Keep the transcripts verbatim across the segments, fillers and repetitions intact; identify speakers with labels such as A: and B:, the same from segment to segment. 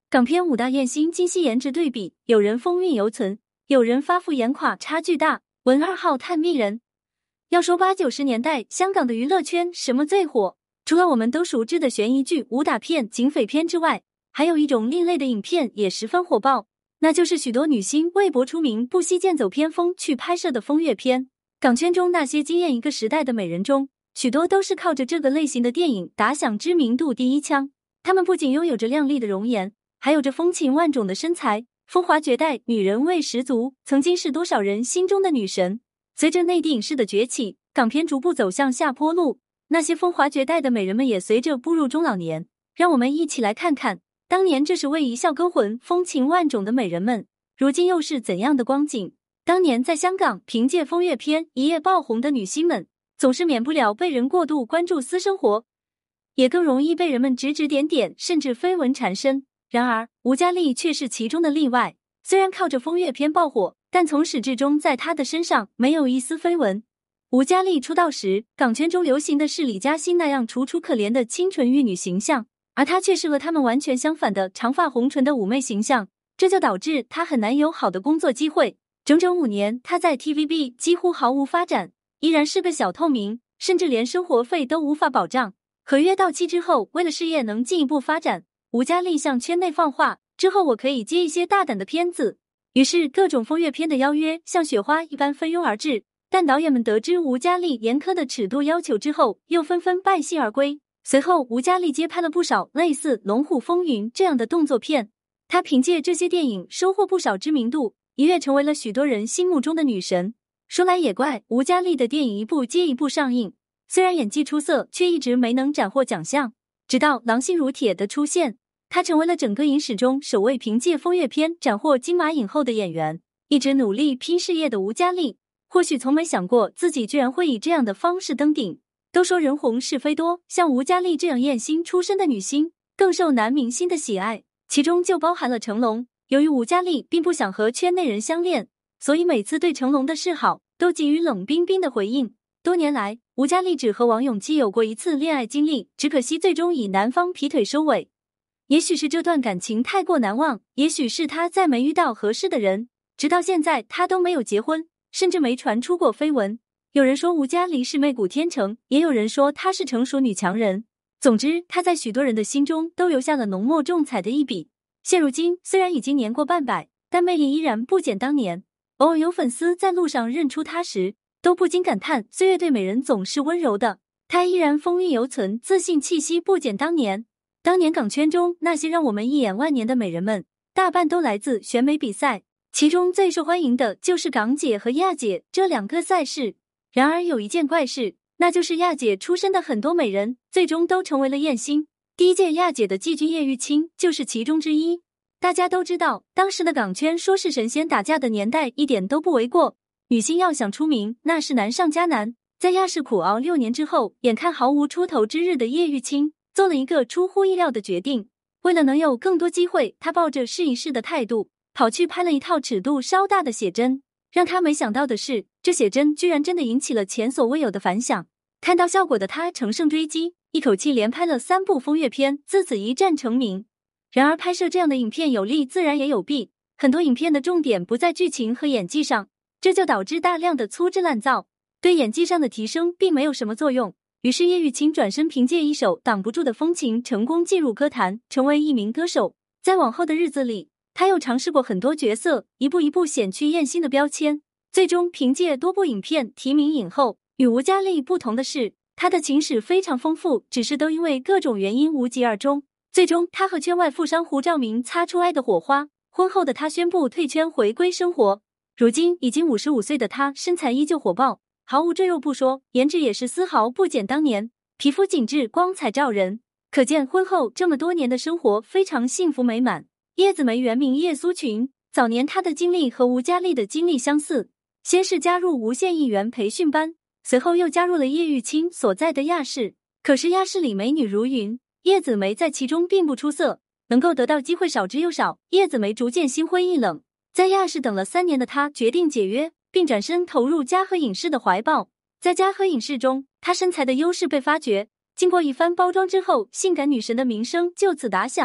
A: 港片五大艳星今昔颜值对比，有人风韵犹存，有人发福颜垮，差距大。文二号探秘人。要说八九十年代香港的娱乐圈什么最火，除了我们都熟知的悬疑剧、武打片、警匪片之外，还有一种另类的影片也十分火爆，那就是许多女星为博出名，不惜剑走偏锋去拍摄的风月片。港圈中那些惊艳一个时代的美人中，许多都是靠着这个类型的电影打响知名度第一枪。她们不仅拥有着靓丽的容颜，还有着风情万种的身材，风华绝代，女人味十足，曾经是多少人心中的女神。随着内地影视的崛起，港片逐步走向下坡路，那些风华绝代的美人们也随着步入中老年。让我们一起来看看，当年这是为一笑勾魂、风情万种的美人们，如今又是怎样的光景？当年在香港凭借风月片一夜爆红的女星们，总是免不了被人过度关注私生活，也更容易被人们指指点点，甚至绯闻缠身。然而，吴嘉莉却是其中的例外。虽然靠着风月片爆火，但从始至终在她的身上没有一丝绯闻。吴嘉莉出道时，港圈中流行的是李嘉欣那样楚楚可怜的清纯玉女形象，而她却是和他们完全相反的长发红唇的妩媚形象，这就导致她很难有好的工作机会。整整五年，她在 T V B 几乎毫无发展，依然是个小透明，甚至连生活费都无法保障。合约到期之后，为了事业能进一步发展，吴嘉莉向圈内放话，之后我可以接一些大胆的片子。于是各种风月片的邀约像雪花一般蜂拥而至，但导演们得知吴嘉莉严苛的尺度要求之后，又纷纷败兴而归。随后吴嘉莉接拍了不少类似《龙虎风云》这样的动作片，她凭借这些电影收获不少知名度，一跃成为了许多人心目中的女神。说来也怪，吴嘉莉的电影一部接一部上映，虽然演技出色，却一直没能斩获奖项。直到《狼心如铁》的出现，她成为了整个影史中首位凭借风月片斩获金马影后的演员。一直努力拼事业的吴嘉莉，或许从没想过自己居然会以这样的方式登顶。都说人红是非多，像吴嘉莉这样艳星出身的女星，更受男明星的喜爱，其中就包含了成龙。由于吴嘉莉并不想和圈内人相恋，所以每次对成龙的示好都给予冷冰冰的回应。多年来，吴嘉莉只和王永基有过一次恋爱经历，只可惜最终以男方劈腿收尾。也许是这段感情太过难忘，也许是他再没遇到合适的人，直到现在他都没有结婚，甚至没传出过绯闻。有人说吴嘉莉是媚骨天成，也有人说她是成熟女强人。总之，她在许多人的心中都留下了浓墨重彩的一笔。现如今虽然已经年过半百，但魅力依然不减当年。偶尔有粉丝在路上认出她时，都不禁感叹岁月对美人总是温柔的，她依然风韵犹存，自信气息不减当年。当年港圈中那些让我们一眼万年的美人们，大半都来自选美比赛，其中最受欢迎的就是港姐和亚姐这两个赛事。然而有一件怪事，那就是亚姐出身的很多美人最终都成为了艳星。第一届亚姐的季军叶玉卿就是其中之一。大家都知道，当时的港圈说是神仙打架的年代一点都不为过，女星要想出名那是难上加难。在亚视苦熬六年之后，眼看毫无出头之日的叶玉卿做了一个出乎意料的决定，为了能有更多机会，她抱着试一试的态度，跑去拍了一套尺度稍大的写真。让她没想到的是，这写真居然真的引起了前所未有的反响。看到效果的她乘胜追击，一口气连拍了三部风月片，自此一战成名。然而拍摄这样的影片有利自然也有弊，很多影片的重点不在剧情和演技上，这就导致大量的粗制滥造，对演技上的提升并没有什么作用。于是叶玉卿转身凭借一首挡不住的风情成功进入歌坛，成为一名歌手。在往后的日子里，他又尝试过很多角色，一步一步显去艳星的标签，最终凭借多部影片提名影后。与吴嘉莉不同的是，他的情史非常丰富，只是都因为各种原因无疾而终。最终他和圈外富商胡兆明擦出爱的火花，婚后的他宣布退圈回归生活。如今已经五十五岁的他，身材依旧火爆，毫无赘肉不说，颜值也是丝毫不减当年，皮肤紧致光彩照人，可见婚后这么多年的生活非常幸福美满。叶子梅原名叶苏群，早年她的经历和吴嘉莉的经历相似，先是加入无线艺员培训班，随后又加入了叶玉卿所在的亚视。可是亚视里美女如云，叶子梅在其中并不出色，能够得到机会少之又少，叶子梅逐渐心灰意冷。在亚视等了三年的她决定解约，并转身投入嘉禾影视的怀抱。在嘉禾影视中，她身材的优势被发掘，经过一番包装之后，性感女神的名声就此打响。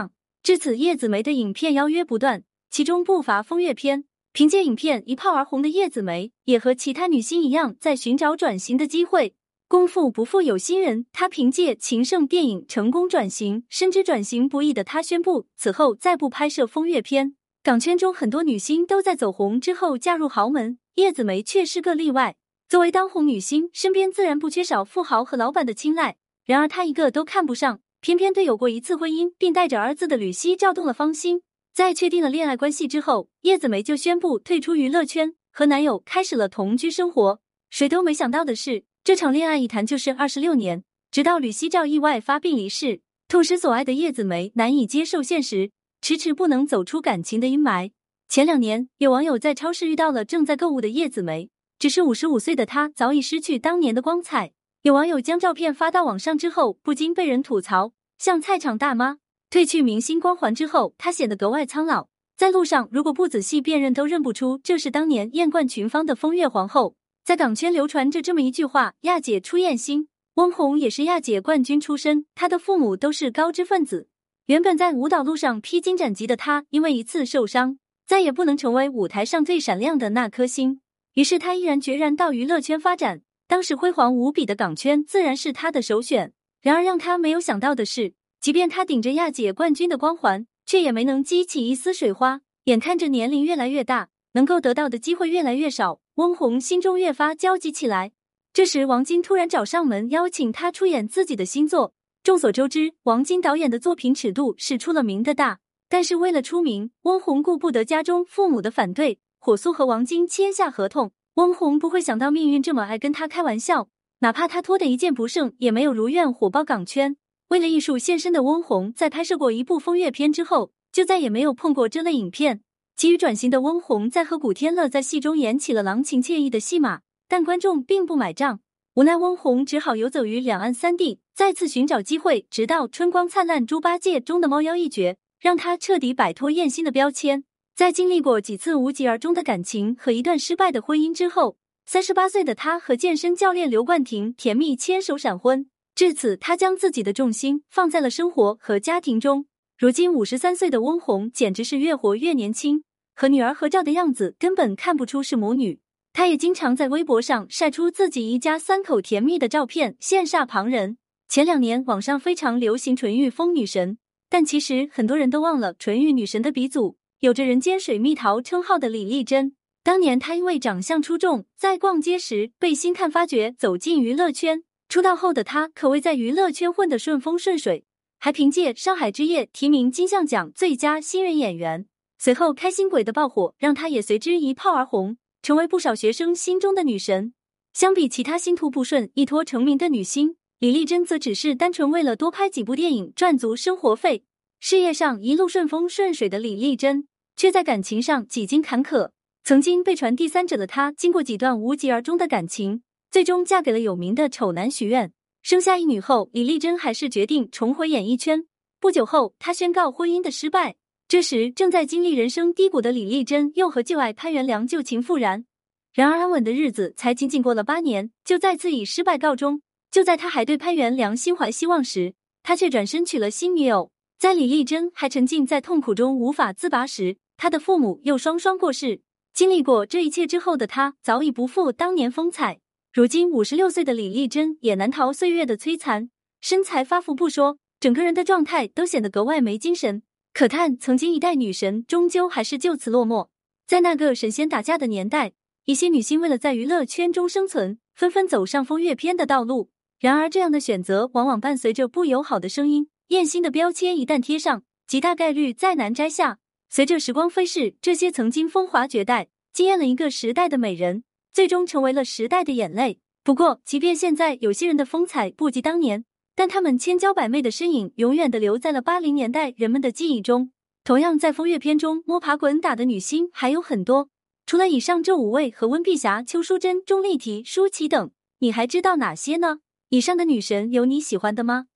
A: 至此，叶子楣的影片邀约不断，其中不乏风月片。凭借影片一炮而红的叶子楣，也和其他女星一样，在寻找转型的机会。功夫不负有心人，她凭借《情圣》电影成功转型。深知转型不易的她宣布，此后再不拍摄风月片。港圈中很多女星都在走红之后嫁入豪门，叶子楣却是个例外。作为当红女星，身边自然不缺少富豪和老板的青睐，然而她一个都看不上，偏偏对有过一次婚姻并带着儿子的吕希照动了芳心。在确定了恋爱关系之后，叶子楣就宣布退出娱乐圈，和男友开始了同居生活。谁都没想到的是，这场恋爱一谈就是二十六年，直到吕希照意外发病离世，痛失所爱的叶子楣难以接受现实，迟迟不能走出感情的阴霾。前两年，有网友在超市遇到了正在购物的叶子楣，只是五十五岁的她早已失去当年的光彩。有网友将照片发到网上之后，不禁被人吐槽，像菜场大妈。褪去明星光环之后，她显得格外苍老，在路上如果不仔细辨认都认不出这是当年艳冠群芳的风月皇后。在港圈流传着这么一句话，亚姐出艳星。翁虹也是亚姐冠军出身，她的父母都是高知分子。原本在舞蹈路上披荆斩棘的她，因为一次受伤，再也不能成为舞台上最闪亮的那颗星，于是她毅然决然到娱乐圈发展。当时辉煌无比的港圈自然是她的首选。然而让她没有想到的是，即便她顶着亚姐冠军的光环，却也没能激起一丝水花。眼看着年龄越来越大，能够得到的机会越来越少，翁虹心中越发焦急起来。这时王晶突然找上门，邀请她出演自己的新作。众所周知，王晶导演的作品尺度是出了名的大，但是为了出名，翁虹顾不得家中父母的反对，火速和王晶签下合同。翁虹不会想到命运这么爱跟她开玩笑，哪怕她拖得一件不剩，也没有如愿火爆港圈。为了艺术献身的翁虹，在拍摄过一部风月片之后，就再也没有碰过这类影片。急于转型的翁虹在和古天乐在戏中演起了郎情妾意的戏码，但观众并不买账。无奈翁虹只好游走于两岸三地，再次寻找机会，直到《春光灿烂猪八戒》中的猫妖一角，让他彻底摆脱艳星的标签。在经历过几次无疾而终的感情和一段失败的婚姻之后，三十八岁的他和健身教练刘冠廷甜蜜牵手闪婚。至此，他将自己的重心放在了生活和家庭中。如今五十三岁的翁虹简直是越活越年轻，和女儿合照的样子根本看不出是母女。她也经常在微博上晒出自己一家三口甜蜜的照片，羡煞旁人。前两年网上非常流行纯欲风女神，但其实很多人都忘了纯欲女神的鼻祖，有着人间水蜜桃称号的李丽珍。当年她因为长相出众，在逛街时被星探发掘，走进娱乐圈。出道后的她可谓在娱乐圈混得顺风顺水，还凭借《上海之夜》提名金像奖最佳新人演员。随后开心鬼的爆火，让她也随之一炮而红，成为不少学生心中的女神。相比其他星途不顺一脱成名的女星，李丽珍则只是单纯为了多拍几部电影赚足生活费。事业上一路顺风顺水的李丽珍，却在感情上几经坎坷。曾经被传第三者的她，经过几段无疾而终的感情，最终嫁给了有名的丑男许愿。生下一女后，李丽珍还是决定重回演艺圈。不久后，她宣告婚姻的失败。这时正在经历人生低谷的李丽珍又和旧爱潘元良旧情复燃。然而安稳的日子才仅仅过了八年，就再次以失败告终。就在她还对潘元良心怀希望时，他却转身娶了新女友。在李丽珍还沉浸在痛苦中无法自拔时，她的父母又双双过世。经历过这一切之后的她，早已不复当年风采。如今五十六岁的李丽珍也难逃岁月的摧残，身材发福不说，整个人的状态都显得格外没精神。可叹曾经一代女神终究还是就此落寞。在那个神仙打架的年代，一些女星为了在娱乐圈中生存，纷纷走上风月片的道路。然而这样的选择往往伴随着不友好的声音，艳星的标签一旦贴上，极大概率再难摘下。随着时光飞逝，这些曾经风华绝代、惊艳了一个时代的美人，最终成为了时代的眼泪。不过即便现在有些人的风采不及当年，但他们千娇百媚的身影永远地留在了八零年代人们的记忆中。同样在风月片中摸爬滚打的女星还有很多，除了以上这五位和温碧霞、邱淑贞、钟丽缇、舒淇等，你还知道哪些呢？以上的女神有你喜欢的吗？